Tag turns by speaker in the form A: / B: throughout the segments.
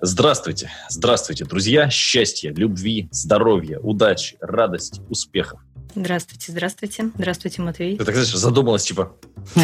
A: Здравствуйте, здравствуйте, друзья, счастья, любви, здоровья, удачи, радости, успехов.
B: Здравствуйте, здравствуйте. Здравствуйте, Матвей.
A: Ты так, знаешь, задумалась, типа,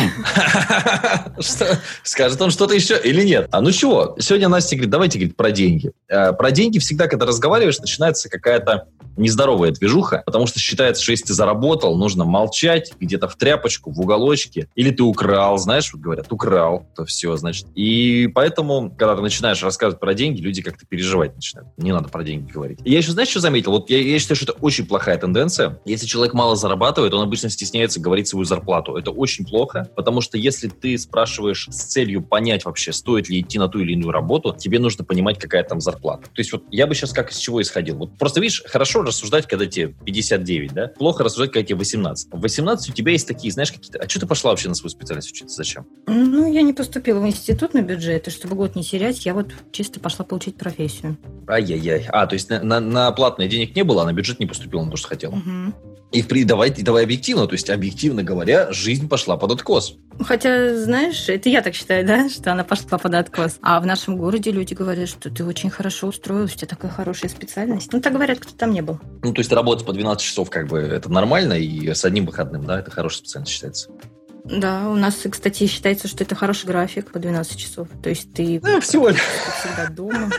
A: скажет он что-то еще или нет? А ну чего? Сегодня Настя говорит, давайте, говорит, про деньги. Про деньги всегда, когда разговариваешь, начинается какая-то нездоровая движуха, потому что считается, что если ты заработал, нужно молчать где-то в тряпочку, в уголочке, или ты украл, знаешь, вот говорят, украл, то все, значит. И поэтому, когда ты начинаешь рассказывать про деньги, люди как-то переживать начинают. Не надо про деньги говорить. И я еще, знаешь, что заметил? Вот я считаю, что это очень плохая тенденция. Если человек мало зарабатывает, он обычно стесняется говорить свою зарплату. Это очень плохо, потому что если ты спрашиваешь с целью понять вообще, стоит ли идти на ту или иную работу, тебе нужно понимать, какая там зарплата. То есть вот я бы сейчас как из чего исходил? Вот просто, видишь, хорошо рассуждать, когда тебе 59, да? Плохо рассуждать, когда тебе 18. В 18 у тебя есть такие, знаешь, какие-то... А что ты пошла вообще на свою специальность учиться? Зачем?
B: Ну, я не поступила в институт на бюджет, и чтобы год не терять, я вот чисто пошла получить профессию.
A: Ай-яй-яй. То есть на платное денег не было, а на бюджет не поступила на то, что хотела.
B: Угу.
A: И давай объективно, то есть объективно говоря, жизнь пошла под откос.
B: Хотя, знаешь, это я так считаю, да, что она пошла под откос. А в нашем городе люди говорят, что ты очень хорошо устроилась, у тебя такая хорошая специальность. Ну, так говорят, кто там не был.
A: Ну, то есть работать по 12 часов, как бы, это нормально, и с одним выходным, да, это хорошая специальность считается.
B: Да, у нас, кстати, считается, что это хороший график по 12 часов. То есть ты
A: всего
B: всегда дома.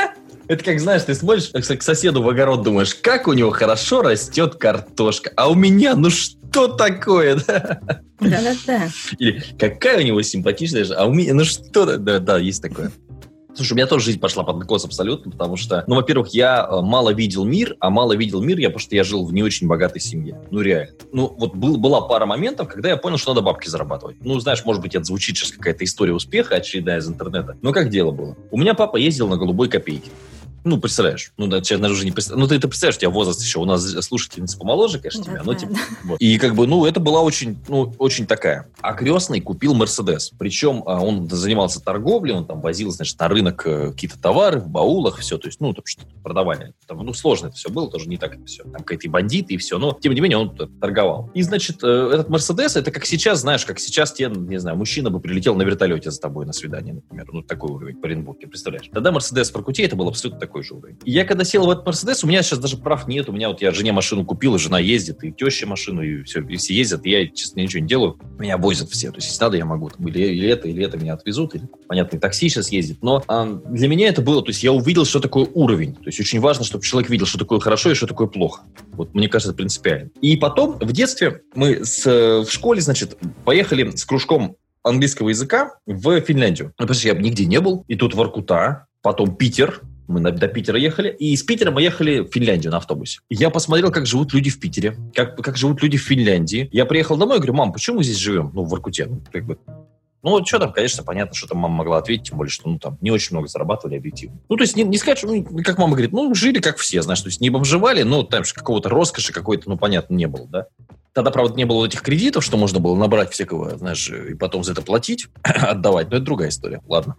A: Это как, знаешь, ты смотришь к соседу в огород, думаешь, как у него хорошо растет картошка, а у меня, ну что такое, да?
B: Да.
A: Или какая у него симпатичная, а у меня, ну что, да, есть такое. Слушай, у меня тоже жизнь пошла под откос абсолютно, потому что, ну, во-первых, я мало видел мир я, потому что я жил в не очень богатой семье. Ну, реально. Ну, вот была пара моментов, когда я понял, что надо бабки зарабатывать. Ну, знаешь, может быть, это звучит сейчас какая-то история успеха очередная из интернета. Но как дело было? У меня папа ездил на голубой копейке. Ну, представляешь. Ну, да, сейчас даже уже не представляешь. Ну, ты представляешь, у тебя возраст еще. У нас слушательница помоложе, конечно, тебя. Но, типа, вот. И как бы, ну, это была очень такая. А крестный купил Мерседес. Причем он занимался торговлей, он там возил, значит, на рынок какие-то товары в баулах, все. То есть, ну, там что-то продавали. Там, ну, сложно это все было, тоже не так это все. Там какие-то и бандиты, и все. Но, тем не менее, он торговал. И, значит, этот Мерседес, это как сейчас, знаешь, как сейчас тебе, не знаю, мужчина бы прилетел на вертолете за тобой на свидание, например. Ну, такой уровень по Оренбурге, представляешь? Тогда Мерседес в Воркуте, это был абсолютно такой же уровень. И я когда сел в этот Мерседес, у меня сейчас даже прав нет, у меня вот я жене машину купил, и жена ездит, и теща машину, и все ездят, и я, честно, ничего не делаю, меня возят все, то есть если надо, я могу, там, или это меня отвезут, или, понятно, и такси сейчас ездит, но для меня это было, то есть я увидел, что такое уровень, то есть очень важно, чтобы человек видел, что такое хорошо и что такое плохо, вот мне кажется, это принципиально. И потом, в детстве, мы в школе, значит, поехали с кружком английского языка в Финляндию. Ну, потому что я нигде не был, и тут Воркута, потом Питер. Мы до Питера ехали, и из Питера мы ехали в Финляндию на автобусе. И я посмотрел, как живут люди в Питере, как живут люди в Финляндии. Я приехал домой и говорю, мам, почему мы здесь живем? Ну, в Воркуте. Ну, как бы... Ну, что там, конечно, понятно, что там мама могла ответить, тем более, что, ну, там, не очень много зарабатывали объективно. Ну, то есть, не сказать, что, ну, как мама говорит, ну, жили как все, знаешь, то есть, не бомжевали, но там же какого-то роскоши какой-то, ну, понятно, не было, да. Тогда, правда, не было этих кредитов, что можно было набрать всякого, знаешь, и потом за это платить, отдавать, но это другая история, ладно.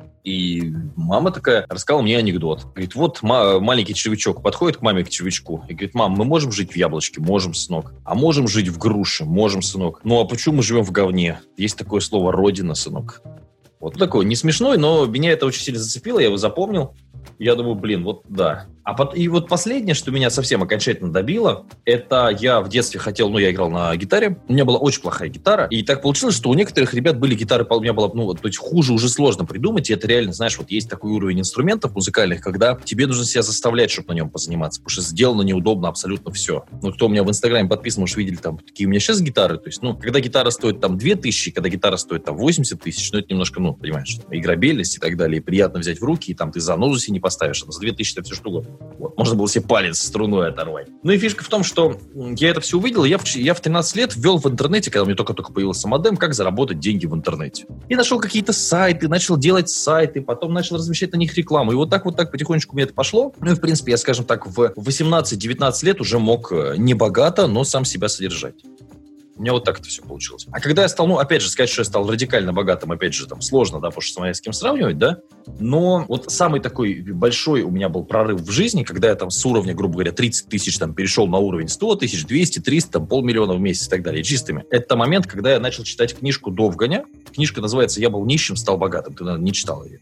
A: И мама такая рассказала мне анекдот. Говорит, вот маленький червячок подходит к маме, к червячку, и говорит, мам, мы можем жить в яблочке? Можем, сынок. А можем жить в груше? Можем, сынок. Ну, а почему мы живем в говне? Есть такое слово «родина», сынок. Вот такой, не смешной, но меня это очень сильно зацепило, я его запомнил. Я думаю, блин, вот да. И вот последнее, что меня совсем окончательно добило, это я в детстве хотел, я играл на гитаре, у меня была очень плохая гитара, и так получилось, что у некоторых ребят были гитары, у меня было, то есть хуже уже сложно придумать, и это реально, знаешь, вот есть такой уровень инструментов музыкальных, когда тебе нужно себя заставлять, чтобы на нем позаниматься, потому что сделано неудобно абсолютно все. Ну, кто у меня в Инстаграме подписан, может, видели там, какие у меня сейчас гитары, то есть, когда гитара стоит там 2000, когда гитара стоит там 80 тысяч, это немножко, понимаешь, играбельность и так далее, и приятно взять в руки, и там ты занозу себе не поставишь, а за 2000 это все что угодно. Вот. Можно было себе палец струной оторвать. Ну и фишка в том, что я это все увидел, я в 13 лет ввел в интернете, когда у меня только появился модем, как заработать деньги в интернете. И нашел какие-то сайты, начал делать сайты, потом начал размещать на них рекламу. И вот так потихонечку у меня это пошло. Ну и в принципе я, скажем так, в 18-19 лет уже мог не богато, но сам себя содержать. У меня вот так это все получилось. А когда я стал, опять же, сказать, что я стал радикально богатым, опять же, там сложно, да, потому что с кем сравнивать, да, но вот самый такой большой у меня был прорыв в жизни, когда я там с уровня, грубо говоря, 30 тысяч там перешел на уровень 100 тысяч, 200, 300, там, 500 000 в месяц и так далее, чистыми. Это момент, когда я начал читать книжку Довганя. Книжка называется «Я был нищим, стал богатым». Ты, наверное, не читал ее.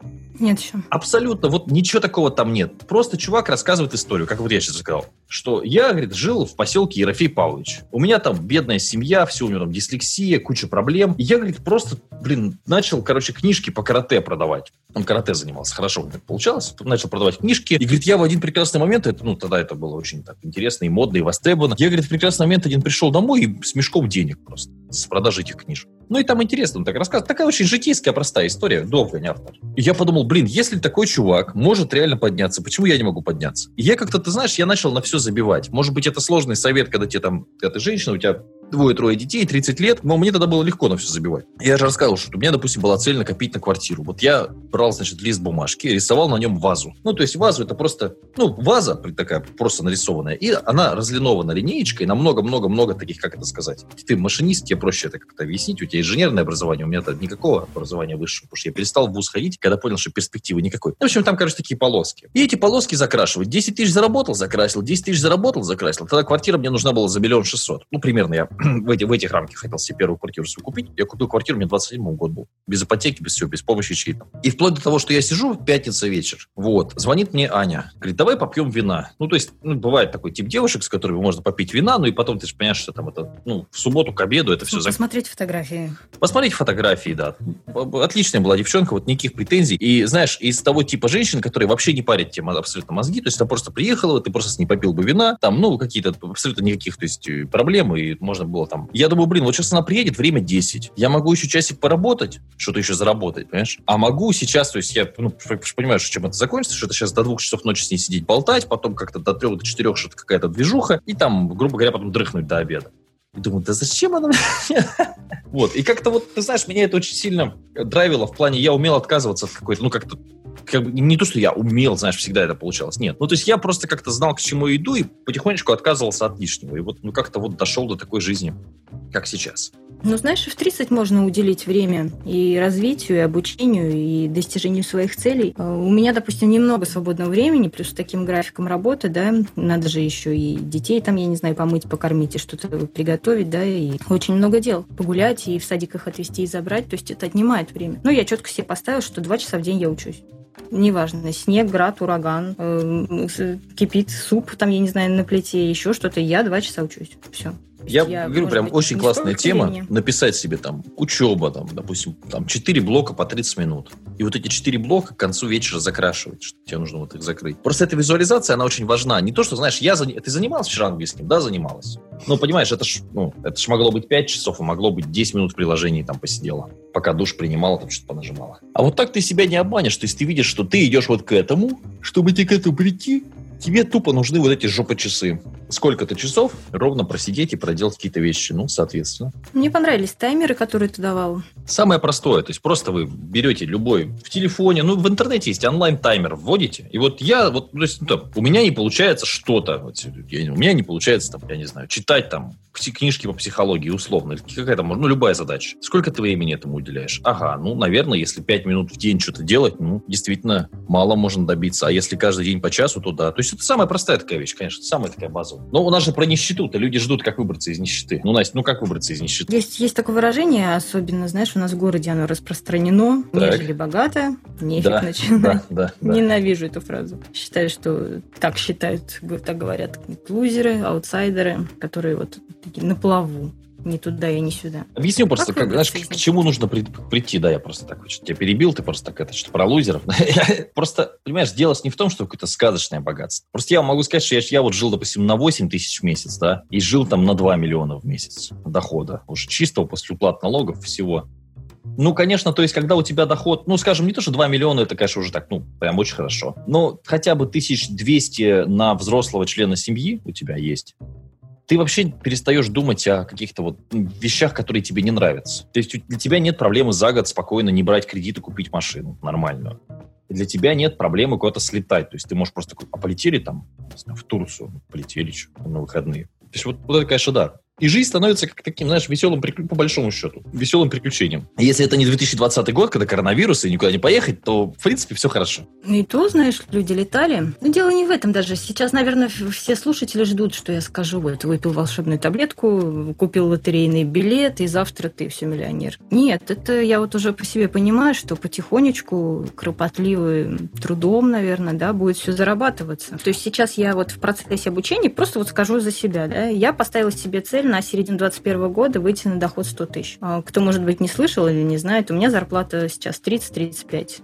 B: Нет еще.
A: Абсолютно, вот ничего такого там нет. Просто чувак рассказывает историю, как вот я сейчас сказал, что я, говорит, жил в поселке Ерофей Павлович. У меня там бедная семья, все, у него там дислексия, куча проблем. И я, говорит, просто, начал, книжки по карате продавать. Он карате занимался, хорошо у него получалось. Начал продавать книжки. И, говорит, я в один прекрасный момент, тогда это было очень так интересно и модно, и востребовано. Я, говорит, в прекрасный момент один пришел домой и с мешком денег просто с продажи этих книжек. Ну и там интересно, он так рассказывает. Такая очень житейская, простая история, долго не автор. И я подумал, если такой чувак может реально подняться, почему я не могу подняться? И я как-то, ты знаешь, я начал на все забивать. Может быть, это сложный совет, когда ты женщина, у тебя 2-3 детей, 30 лет, но мне тогда было легко на все забивать. Я же рассказывал, что у меня, допустим, была цель накопить на квартиру. Вот я брал, лист бумажки, рисовал на нем вазу. Ну, то есть вазу это просто, ваза такая просто нарисованная, и она разлинована линеечкой на много-много-много таких, как это сказать. Ты машинист, тебе проще это как-то объяснить. У тебя инженерное образование, у меня-то никакого образования высшего, потому что я перестал в вуз ходить, когда понял, что перспективы никакой. В общем, там, такие полоски. И эти полоски закрашивать. 10 тысяч заработал, закрасил, 10 тысяч заработал, закрасил. Тогда квартира мне нужна была за 1 600 000. Примерно я в этих рамках хотел себе первую квартиру свою купить. Я купил квартиру, мне 27-й год был. Без ипотеки, без всего, без помощи чьей-то. И вплоть до того, что я сижу в пятницу вечер. Звонит мне Аня. Говорит, давай попьем вина. Бывает такой тип девушек, с которыми можно попить вина, и потом ты же понимаешь, что там это, в субботу к обеду это все...
B: Посмотреть фотографии.
A: Посмотреть фотографии, да. Отличная была девчонка, никаких претензий. И, знаешь, из того типа женщин, которые вообще не парят тебе абсолютно мозги, то есть она просто приехала, ты просто с ней попил бы вина, там, какие-то абсолютно никаких, то есть, проблем, и можно было там... Я думаю, вот сейчас она приедет, время 10. Я могу еще часик поработать, что-то еще заработать, понимаешь? А могу сейчас, то есть я, понимаешь, чем это закончится, что это сейчас до 2 часов ночи с ней сидеть болтать, потом как-то до 3 до 4 что-то какая-то движуха, и там, грубо говоря, потом дрыхнуть до обеда. И думаю, да зачем она? И как-то ты знаешь, меня это очень сильно драйвило в плане, я умел отказываться от какой-то, не то, что я умел, знаешь, всегда это получалось. Нет. То есть я просто как-то знал, к чему иду, и потихонечку отказывался от лишнего. И как-то дошел до такой жизни, как сейчас.
B: Знаешь, в 30 можно уделить время и развитию, и обучению, и достижению своих целей. У меня, допустим, немного свободного времени, плюс с таким графиком работы, да, надо же еще и детей там, я не знаю, помыть, покормить и что-то приготовить, да, и очень много дел. Погулять и в садик их отвезти и забрать, то есть это отнимает время. Но я четко себе поставила, что 2 часа в день я учусь. Неважно, снег, град, ураган, кипит суп, там, я не знаю, на плите, еще что-то, я 2 часа учусь. Все.
A: Я говорю, прям очень классная тема. Написать себе там учеба, допустим, 4 блока по 30 минут. И эти 4 блока к концу вечера закрашивать, что тебе нужно их закрыть. Просто эта визуализация, она очень важна. Не то, что, знаешь, ты занималась вчера английским? Да, занималась. Понимаешь, это ж могло быть 5 часов, а могло быть 10 минут в приложении там посидела, пока душ принимала, там что-то понажимала. А так ты себя не обманешь. То есть ты видишь, что ты идешь к этому, чтобы тебе к этому прийти, тебе тупо нужны эти жопочасы. Сколько-то часов ровно просидеть и проделать какие-то вещи, соответственно.
B: Мне понравились таймеры, которые ты давал.
A: Самое простое, то есть просто вы берете любой в телефоне, в интернете есть онлайн-таймер, вводите, и у меня не получается что-то, у меня не получается, я не знаю, читать книжки по психологии условно, или какая-то, любая задача. Сколько ты времени этому уделяешь? Ага, наверное, если 5 минут в день что-то делать, действительно, мало можно добиться, а если каждый день по часу, то да. То есть это самая простая такая вещь, конечно, самая такая базовая. Но у нас же про нищету-то, люди ждут, как выбраться из нищеты. Настя, как выбраться из нищеты?
B: Есть такое выражение, особенно, знаешь, у нас в городе оно распространено, нежели богато, нефиг начинать. Да. Ненавижу эту фразу. Считаю, что так говорят лузеры, аутсайдеры, которые такие на плаву. Ни туда и ни сюда.
A: Объясню просто, к чему нужно прийти. Да, я просто тебя перебил, ты просто что-то про лузеров. Просто, понимаешь, дело не в том, что какое-то сказочное богатство. Просто я могу сказать, что я жил, допустим, на 8 тысяч в месяц, да, и жил на 2 миллиона в месяц дохода. Уже чистого после уплат налогов всего. Конечно, то есть, когда у тебя доход, скажем, не то, что 2 миллиона, это, конечно, уже так, прям очень хорошо. Но хотя бы 1200 на взрослого члена семьи у тебя есть. Ты вообще перестаешь думать о каких-то вещах, которые тебе не нравятся. То есть для тебя нет проблемы за год спокойно не брать кредит и купить машину нормальную. Для тебя нет проблемы куда-то слетать. То есть ты можешь просто полетели в Турцию, полетели на выходные. То есть это, конечно, да. И жизнь становится как таким, знаешь, веселым, по большому счету, веселым приключением. Если это не 2020 год, когда коронавирус и никуда не поехать, то, в принципе, все хорошо.
B: Ну и то, знаешь, люди летали. Но дело не в этом даже. Сейчас, наверное, все слушатели ждут, что я скажу. Вот, выпил волшебную таблетку, купил лотерейный билет, и завтра ты все миллионер. Нет, это я вот уже по себе понимаю, что потихонечку, кропотливым трудом, наверное, да, будет все зарабатываться. То есть сейчас я вот в процессе обучения просто вот скажу за себя, да, я поставила себе цель на середину 2021 года выйти на доход 100 тысяч. Кто, может быть, не слышал или не знает, у меня зарплата сейчас 30-35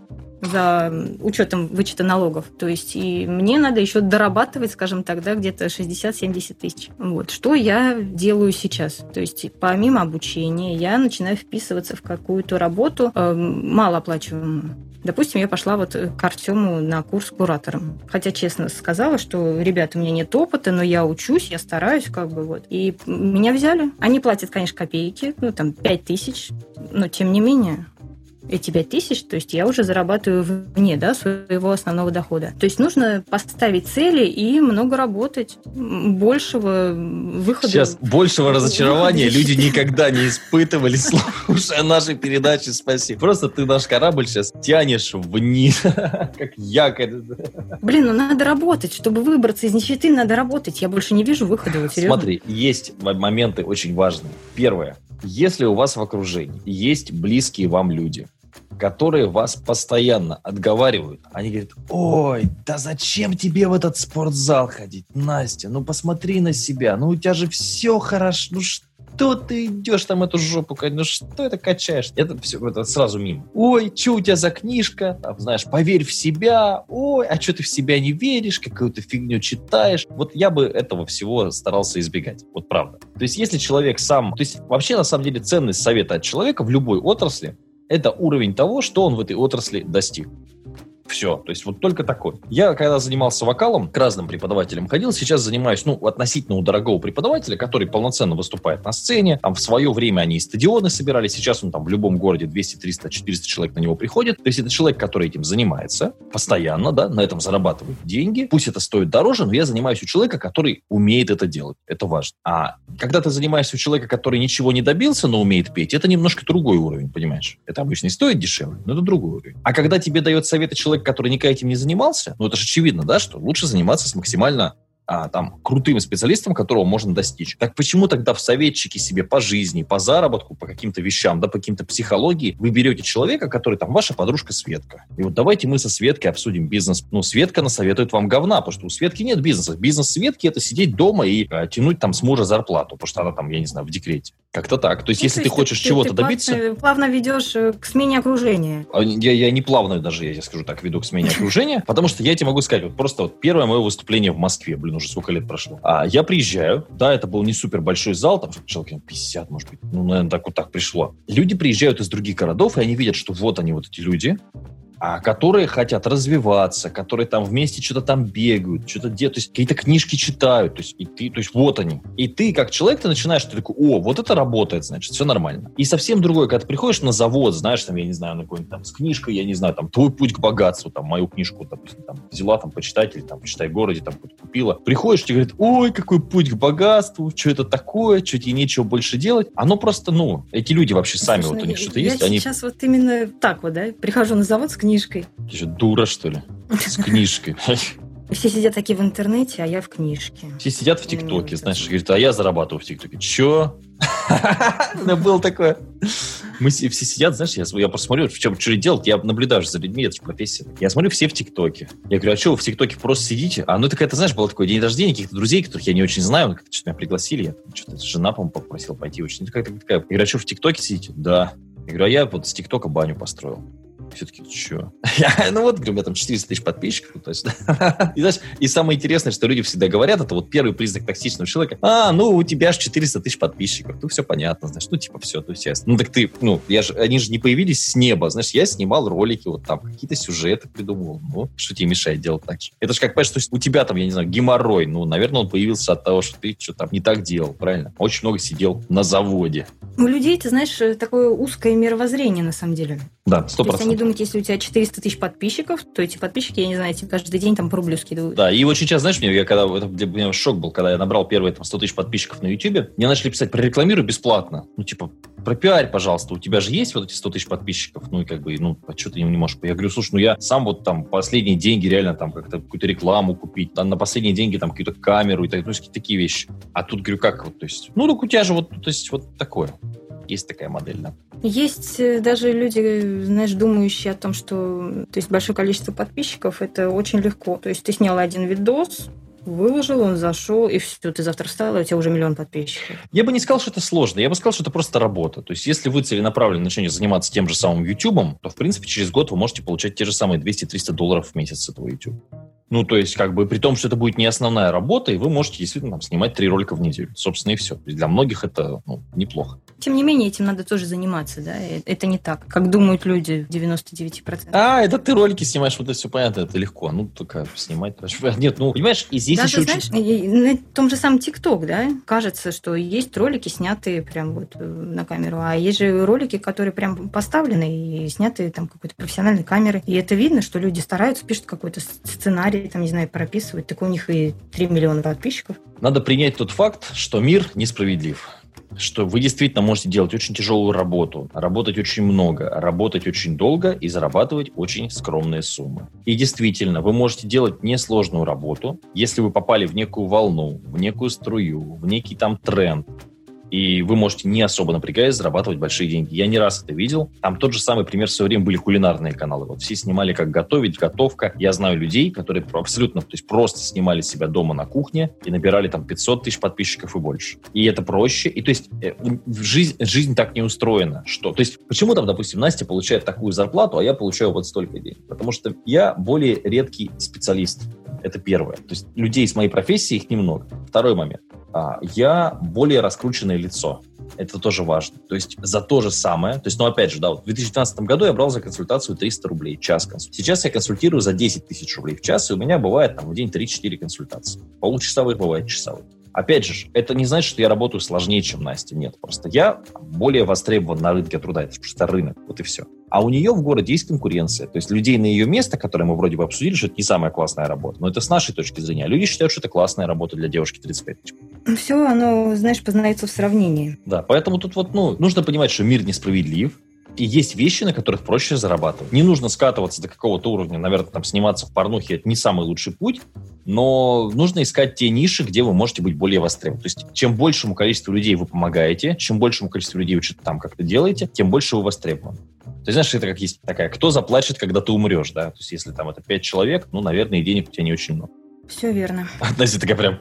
B: за учетом вычета налогов. То есть и мне надо еще дорабатывать, скажем так, да, где-то 60-70 тысяч. Вот. Что я делаю сейчас? То есть помимо обучения я начинаю вписываться в какую-то работу малооплачиваемую. Допустим, я пошла вот к Артему на курс куратором. Хотя, честно сказала, что, ребята, у меня нет опыта, но я учусь, я стараюсь, как бы вот. И меня взяли. Они платят, конечно, копейки, 5 тысяч, но тем не менее... Эти 5 тысяч, то есть я уже зарабатываю вне, да, своего основного дохода. То есть нужно поставить цели и много работать. Большего выхода...
A: Сейчас большего разочарования люди никогда не испытывали, слушая наши передачи. Спасибо. Просто ты наш корабль сейчас тянешь вниз, как якорь.
B: Блин, ну надо работать. Чтобы выбраться из нищеты, надо работать. Я больше не вижу выхода. Вот, серьезно.
A: Смотри, есть моменты очень важные. Первое. Если у вас в окружении есть близкие вам люди, которые вас постоянно отговаривают. Они говорят: ой, да зачем тебе в этот спортзал ходить, Настя? Ну посмотри на себя, ну у тебя же все хорошо, ну что ты идешь там эту жопу, ну что это качаешь? Это все, это сразу мимо. Ой, что у тебя за книжка? Там, знаешь, поверь в себя. Ой, а что ты в себя не веришь? Какую-то фигню читаешь? Вот я бы этого всего старался избегать. Вот правда. То есть если человек сам... То есть вообще на самом деле ценность совета от человека в любой отрасли — это уровень того, что он в этой отрасли достиг. Все, то есть вот только такой. Я, когда занимался вокалом, к разным преподавателям ходил, сейчас занимаюсь, относительно у дорогого преподавателя, который полноценно выступает на сцене. Там в свое время они и стадионы собирали, сейчас он там в любом городе 200, 300, 400 человек на него приходит. То есть это человек, который этим занимается постоянно, да, на этом зарабатывает деньги. Пусть это стоит дороже, но я занимаюсь у человека, который умеет это делать. Это важно. А когда ты занимаешься у человека, который ничего не добился, но умеет петь, это немножко другой уровень, понимаешь? Это обычно и стоит дешевле, но это другой уровень. А когда тебе дает советы человек, который никогда этим не занимался, это же очевидно, да, что лучше заниматься с максимально крутым специалистом, которого можно достичь. Так почему тогда в советчике себе по жизни, по заработку, по каким-то вещам, да, по каким-то психологии вы берете человека, который там ваша подружка Светка. И вот давайте мы со Светкой обсудим бизнес. Светка насоветует вам говна, потому что у Светки нет бизнеса. Бизнес Светки — это сидеть дома и тянуть там с мужа зарплату, потому что она там, я не знаю, в декрете. Как-то так. То есть, если ты хочешь чего-то добиться...
B: Ты плавно ведешь к смене окружения.
A: Я не плавно даже, я скажу так, веду к смене окружения, потому что я тебе могу сказать, просто первое мое выступление в Москве, уже сколько лет прошло. Я приезжаю, да, это был не супер большой зал, там человек 50, может быть, наверное, так пришло. Люди приезжают из других городов, и они видят, что вот они, вот эти люди, которые хотят развиваться, которые там вместе что-то там бегают, что-то делают, то есть какие-то книжки читают, то есть вот они. И ты, как человек, ты начинаешь, ты такой: вот это работает, значит, все нормально. И совсем другое, когда ты приходишь на завод, знаешь, там, я не знаю, на какой-нибудь там с книжкой, я не знаю, там, «Твой путь к богатству», там, мою книжку, допустим, там, взяла, там, почитать, или там, «Почитай в городе», там, купила. Приходишь, тебе говорят: ой, какой путь к богатству, что это такое, что тебе нечего больше делать. Оно просто, эти люди вообще сами, вот у них что-то есть.
B: Я сейчас вот именно так вот, да, прихожу на завод с книжкой.
A: Ты что, дура, что ли? С книжкой.
B: Все сидят такие в интернете, а я в книжке.
A: Все сидят в ТикТоке, знаешь, говорят: а я зарабатываю в ТикТоке. Чё? Было такое. Мы все сидят, знаешь, я просто смотрю, в чем что делать, я наблюдаю за людьми, это же профессия. Я смотрю, все в ТикТоке. Я говорю: а что, вы в ТикТоке просто сидите? Это какая-то, знаешь, был такой день рождения каких-то друзей, которых я не очень знаю, как-то что-то меня пригласили, я что-то жена, по-моему, попросила пойти очень. Какая-то такая. Я говорю: а что, в ТикТоке сидите? Да. Я говорю: а я вот с ТикТока баню построил. Все-таки, что? Говорю, у меня там 400 тысяч подписчиков. То есть, и, знаешь, и самое интересное, что люди всегда говорят, это вот первый признак токсичного человека: у тебя же 400 тысяч подписчиков. Все понятно, знаешь, все, то есть, так ты, они же не появились с неба, знаешь, я снимал ролики, вот там, какие-то сюжеты придумывал, что тебе мешает делать так же? Это же как, понимаешь, что у тебя там, я не знаю, геморрой, наверное, он появился от того, что ты что-то там не так делал, правильно? Очень много сидел на заводе.
B: У людей, ты знаешь, такое узкое мировоззрение, на самом деле.
A: Да, 100%.
B: То есть они думают, если у тебя 400 тысяч подписчиков, то эти подписчики, я не знаю, тебе каждый день там по рублю скидывают.
A: Да, и очень часто, знаешь, для меня шок был, когда я набрал первые 100 тысяч подписчиков на YouTube, мне начали писать: прорекламируй бесплатно. Ну, типа, пропиарь, пожалуйста, у тебя же есть вот эти 100 тысяч подписчиков? Ну, и как бы, а что ты не можешь? Я говорю: слушай, я сам вот там последние деньги реально там как-то какую-то рекламу купить, там на последние деньги там какую-то камеру и так, такие вещи. А тут, говорю, как вот, то есть, так у тебя же вот, то есть, вот такое. Есть такая модель, да.
B: Есть даже люди, знаешь, думающие о том, что то есть большое количество подписчиков – это очень легко. То есть ты снял один видос, выложил, он зашел, и все, ты завтра встал, и у тебя уже 1 000 000 подписчиков.
A: Я бы не сказал, что это сложно. Я бы сказал, что это просто работа. То есть, если вы целенаправленно начнете заниматься тем же самым YouTube, то, в принципе, через год вы можете получать те же самые $200-300 в месяц с этого YouTube. Ну, то есть, как бы, при том, что это будет не основная работа, и вы можете действительно там снимать 3 ролика в неделю. Собственно, и все. То есть, для многих это, неплохо.
B: Тем не менее, этим надо тоже заниматься, да? Это не так, как думают люди в 99%.
A: Это ты ролики снимаешь, вот это все понятно, это легко. Только снимать... Нет, понимаешь, и здесь
B: даже,
A: еще...
B: знаешь, на том же самом ТикТок, да, кажется, что есть ролики, снятые прям вот на камеру, а есть же ролики, которые прям поставлены и сняты там какой-то профессиональной камерой. И это видно, что люди стараются, пишут какой-то сценарий, там, не знаю, прописывают. Так у них и 3 миллиона подписчиков.
A: Надо принять тот факт, что мир несправедлив. Что вы действительно можете делать очень тяжелую работу, работать очень много, работать очень долго и зарабатывать очень скромные суммы. И действительно, вы можете делать несложную работу, если вы попали в некую волну, в некую струю, в некий там тренд. И вы можете, не особо напрягаясь, зарабатывать большие деньги. Я не раз это видел. Там тот же самый пример в свое время были кулинарные каналы. Вот все снимали, как готовить, готовка. Я знаю людей, которые абсолютно, то есть просто снимали себя дома на кухне и набирали там 500 тысяч подписчиков и больше. И это проще. И то есть жизнь так не устроена. Что? То есть почему там, допустим, Настя получает такую зарплату, а я получаю вот столько денег? Потому что я более редкий специалист. Это первое. То есть людей с моей профессии их немного. Второй момент. Я более раскрученное лицо. Это тоже важно. То есть за то же самое, то есть, опять же, вот в 2012 году я брал за консультацию 300 рублей в час. Сейчас я консультирую за 10 тысяч рублей в час, и у меня бывает там в день 3-4 консультации. Получасовых бывает часовых. Опять же, это не значит, что я работаю сложнее, чем Настя. Нет, просто я более востребован на рынке труда. Это просто рынок, вот и все. А у нее в городе есть конкуренция. То есть людей на ее место, которое мы вроде бы обсудили, что это не самая классная работа. Но это с нашей точки зрения. А люди считают, что это классная работа для девушки 35 тысяч.
B: Все, оно, знаешь, познается в сравнении.
A: Да, поэтому тут нужно понимать, что мир несправедлив. И есть вещи, на которых проще зарабатывать. Не нужно скатываться до какого-то уровня, наверное, там сниматься в порнухе, это не самый лучший путь, но нужно искать те ниши, где вы можете быть более востребованы. То есть, чем большему количеству людей вы помогаете, чем большему количеству людей вы что-то там как-то делаете, тем больше вы востребованы. То есть, знаешь, это как есть такая, кто заплачет, когда ты умрешь, да? То есть, если там это 5 человек, наверное, и денег у тебя не очень много.
B: Все верно.
A: Настя такая прям...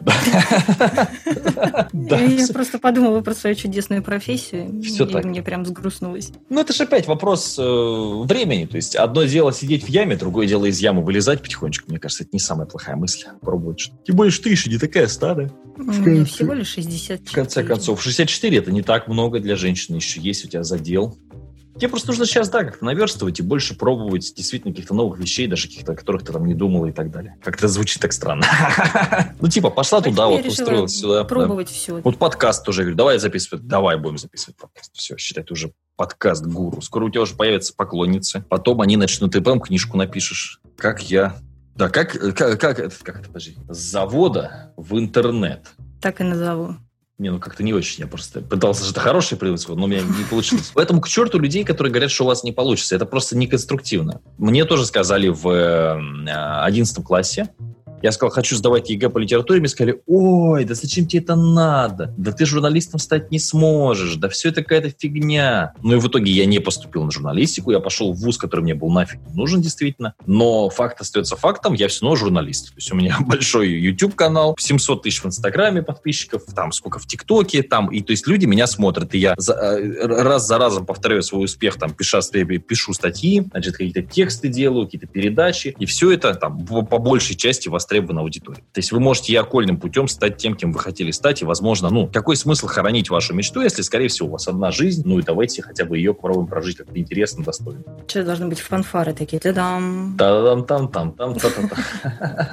B: Я просто подумала про свою чудесную профессию, и мне прям сгрустнулось.
A: Это же опять вопрос времени. То есть одно дело сидеть в яме, другое дело из ямы вылезать потихонечку. Мне кажется, это не самая плохая мысль. Пробовать что-то. Тем более, что ты еще не такая старая.
B: Мне всего лишь 64.
A: В конце концов, 64 это не так много для женщины. Еще есть у тебя задел. Тебе просто нужно сейчас, как-то наверстывать и больше пробовать действительно каких-то новых вещей, даже каких-то, о которых ты там не думала и так далее. Как-то звучит так странно. Пошла туда, устроилась сюда.
B: Пробовать все.
A: Вот подкаст тоже, я говорю, давай записывать, давай будем записывать подкаст. Все, считай, ты уже подкаст-гуру. Скоро у тебя уже появятся поклонницы. Потом они начнут, ты прям книжку напишешь. Как я... Да, как это, подожди. С завода в интернет.
B: Так и назову.
A: Как-то не очень. Я просто пытался что-то хорошее придумать, но у меня не получилось. Поэтому к черту людей, которые говорят, что у вас не получится. Это просто неконструктивно. Мне тоже сказали в 11 классе. Я сказал, хочу сдавать ЕГЭ по литературе. Мне сказали, ой, да зачем тебе это надо? Да ты журналистом стать не сможешь. Да все это какая-то фигня. И в итоге я не поступил на журналистику. Я пошел в вуз, который мне был нафиг не нужен действительно. Но факт остается фактом. Я все равно журналист. То есть у меня большой YouTube-канал, 700 тысяч в Инстаграме подписчиков, там сколько в ТикТоке. И то есть люди меня смотрят. И я раз за разом повторяю свой успех, пишу статьи, какие-то тексты делаю, какие-то передачи. И все это по большей части востребованной аудитории. То есть вы можете окольным путем стать тем, кем вы хотели стать, и, возможно, какой смысл хоронить вашу мечту, если, скорее всего, у вас одна жизнь, и давайте хотя бы ее попробуем прожить как-то интересно, достойно.
B: Что должны быть фанфары такие? Та-дам!
A: Та-дам-там-там-там-там-там.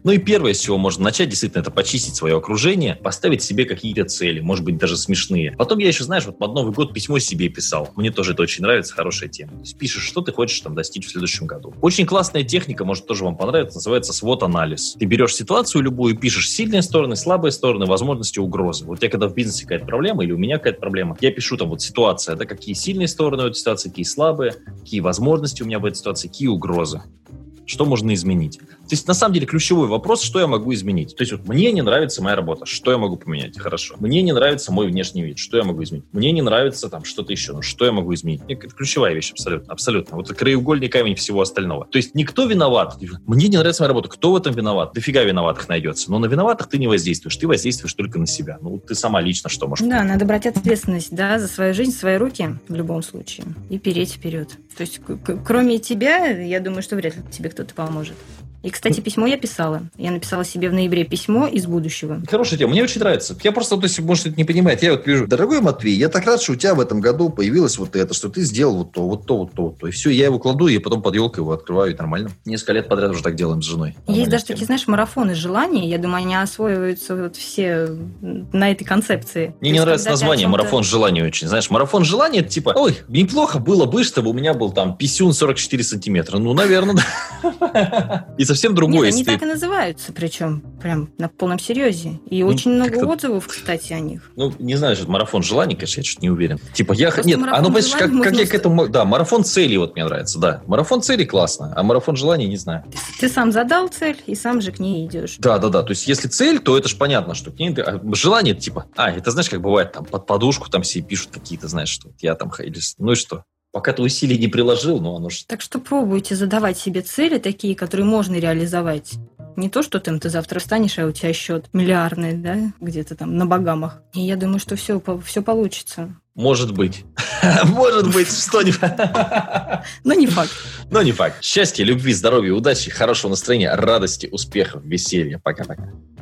A: Ну и первое, с чего можно начать, действительно, это почистить свое окружение, поставить себе какие-то цели, может быть, даже смешные. Потом я еще, знаешь, вот под Новый год письмо себе писал. Мне тоже это очень нравится, хорошая тема. То есть пишешь, что ты хочешь там достичь в следующем году. Очень классная техника, может, тоже вам понравится, называется SWOT-анализ. Ты берешь ситуацию любую, пишешь сильные стороны, слабые стороны, возможности, угрозы. Вот я когда в бизнесе какая-то проблема или у меня какая-то проблема, я пишу там вот ситуация, да, какие сильные стороны у этой ситуации, какие слабые, какие возможности у меня в этой ситуации, какие угрозы. Что можно изменить? То есть, на самом деле, ключевой вопрос, что я могу изменить. То есть, вот мне не нравится моя работа, что я могу поменять? Хорошо. Мне не нравится мой внешний вид, что я могу изменить? Мне не нравится там что-то еще, ну что я могу изменить? Это ключевая вещь абсолютно, абсолютно. Вот краеугольный камень всего остального. То есть, никто виноват. Мне не нравится моя работа. Кто в этом виноват? Дофига виноватых найдется. Но на виноватых ты не воздействуешь. Ты воздействуешь только на себя. Ну, ты сама лично что можешь?
B: Да, надо брать ответственность, да, за свою жизнь в свои руки в любом случае и переть вперед. То есть, кроме тебя, я думаю, что вряд ли тебе кто-то поможет. И, кстати, письмо я писала. Я написала себе в ноябре письмо из будущего.
A: Хорошая тема. Мне очень нравится. Я просто, то есть, может, это не понимает. Я вот вижу, дорогой Матвей, я так рад, что у тебя в этом году появилось вот это, что ты сделал вот то, вот то, вот то, вот то. И все, я его кладу, и потом под елкой его открываю, и нормально. Несколько лет подряд уже так делаем с женой. Нормально.
B: Есть даже такие, знаешь, марафоны желаний. Я думаю, они освоиваются вот все на этой концепции.
A: Мне не нравится название «Марафон желаний» очень. Знаешь, марафон желаний – это типа, ой, неплохо было бы, чтобы у меня был там писюн 44 сантиметра. Ну, наверное, да. И совсем другое.
B: Нет, они так и называются, причем прям на полном серьезе. И очень много отзывов, кстати, о них.
A: Ну, не знаю, что марафон желаний, конечно, я чуть не уверен. Типа, я...
B: Просто
A: Нет, оно, понимаешь, как я к этому... Да, марафон целей вот мне нравится, да. Марафон целей классно, а марафон желаний не знаю.
B: Ты сам задал цель, и сам же к ней идешь.
A: Да. То есть, если цель, то это же понятно, что к ней... Желание, типа... это знаешь, как бывает, там, под подушку там все пишут какие-то, знаешь, что я там... Ну и что? Пока ты усилий не приложил, но оно же...
B: Так что пробуйте задавать себе цели такие, которые можно реализовать. Не то, что ты завтра встанешь, а у тебя счет миллиардный, да, где-то там на Багамах. И я думаю, что все получится.
A: Может быть. Может быть, что не...
B: Но не факт.
A: Но не факт. Счастья, любви, здоровья, удачи, хорошего настроения, радости, успехов, веселья. Пока-пока.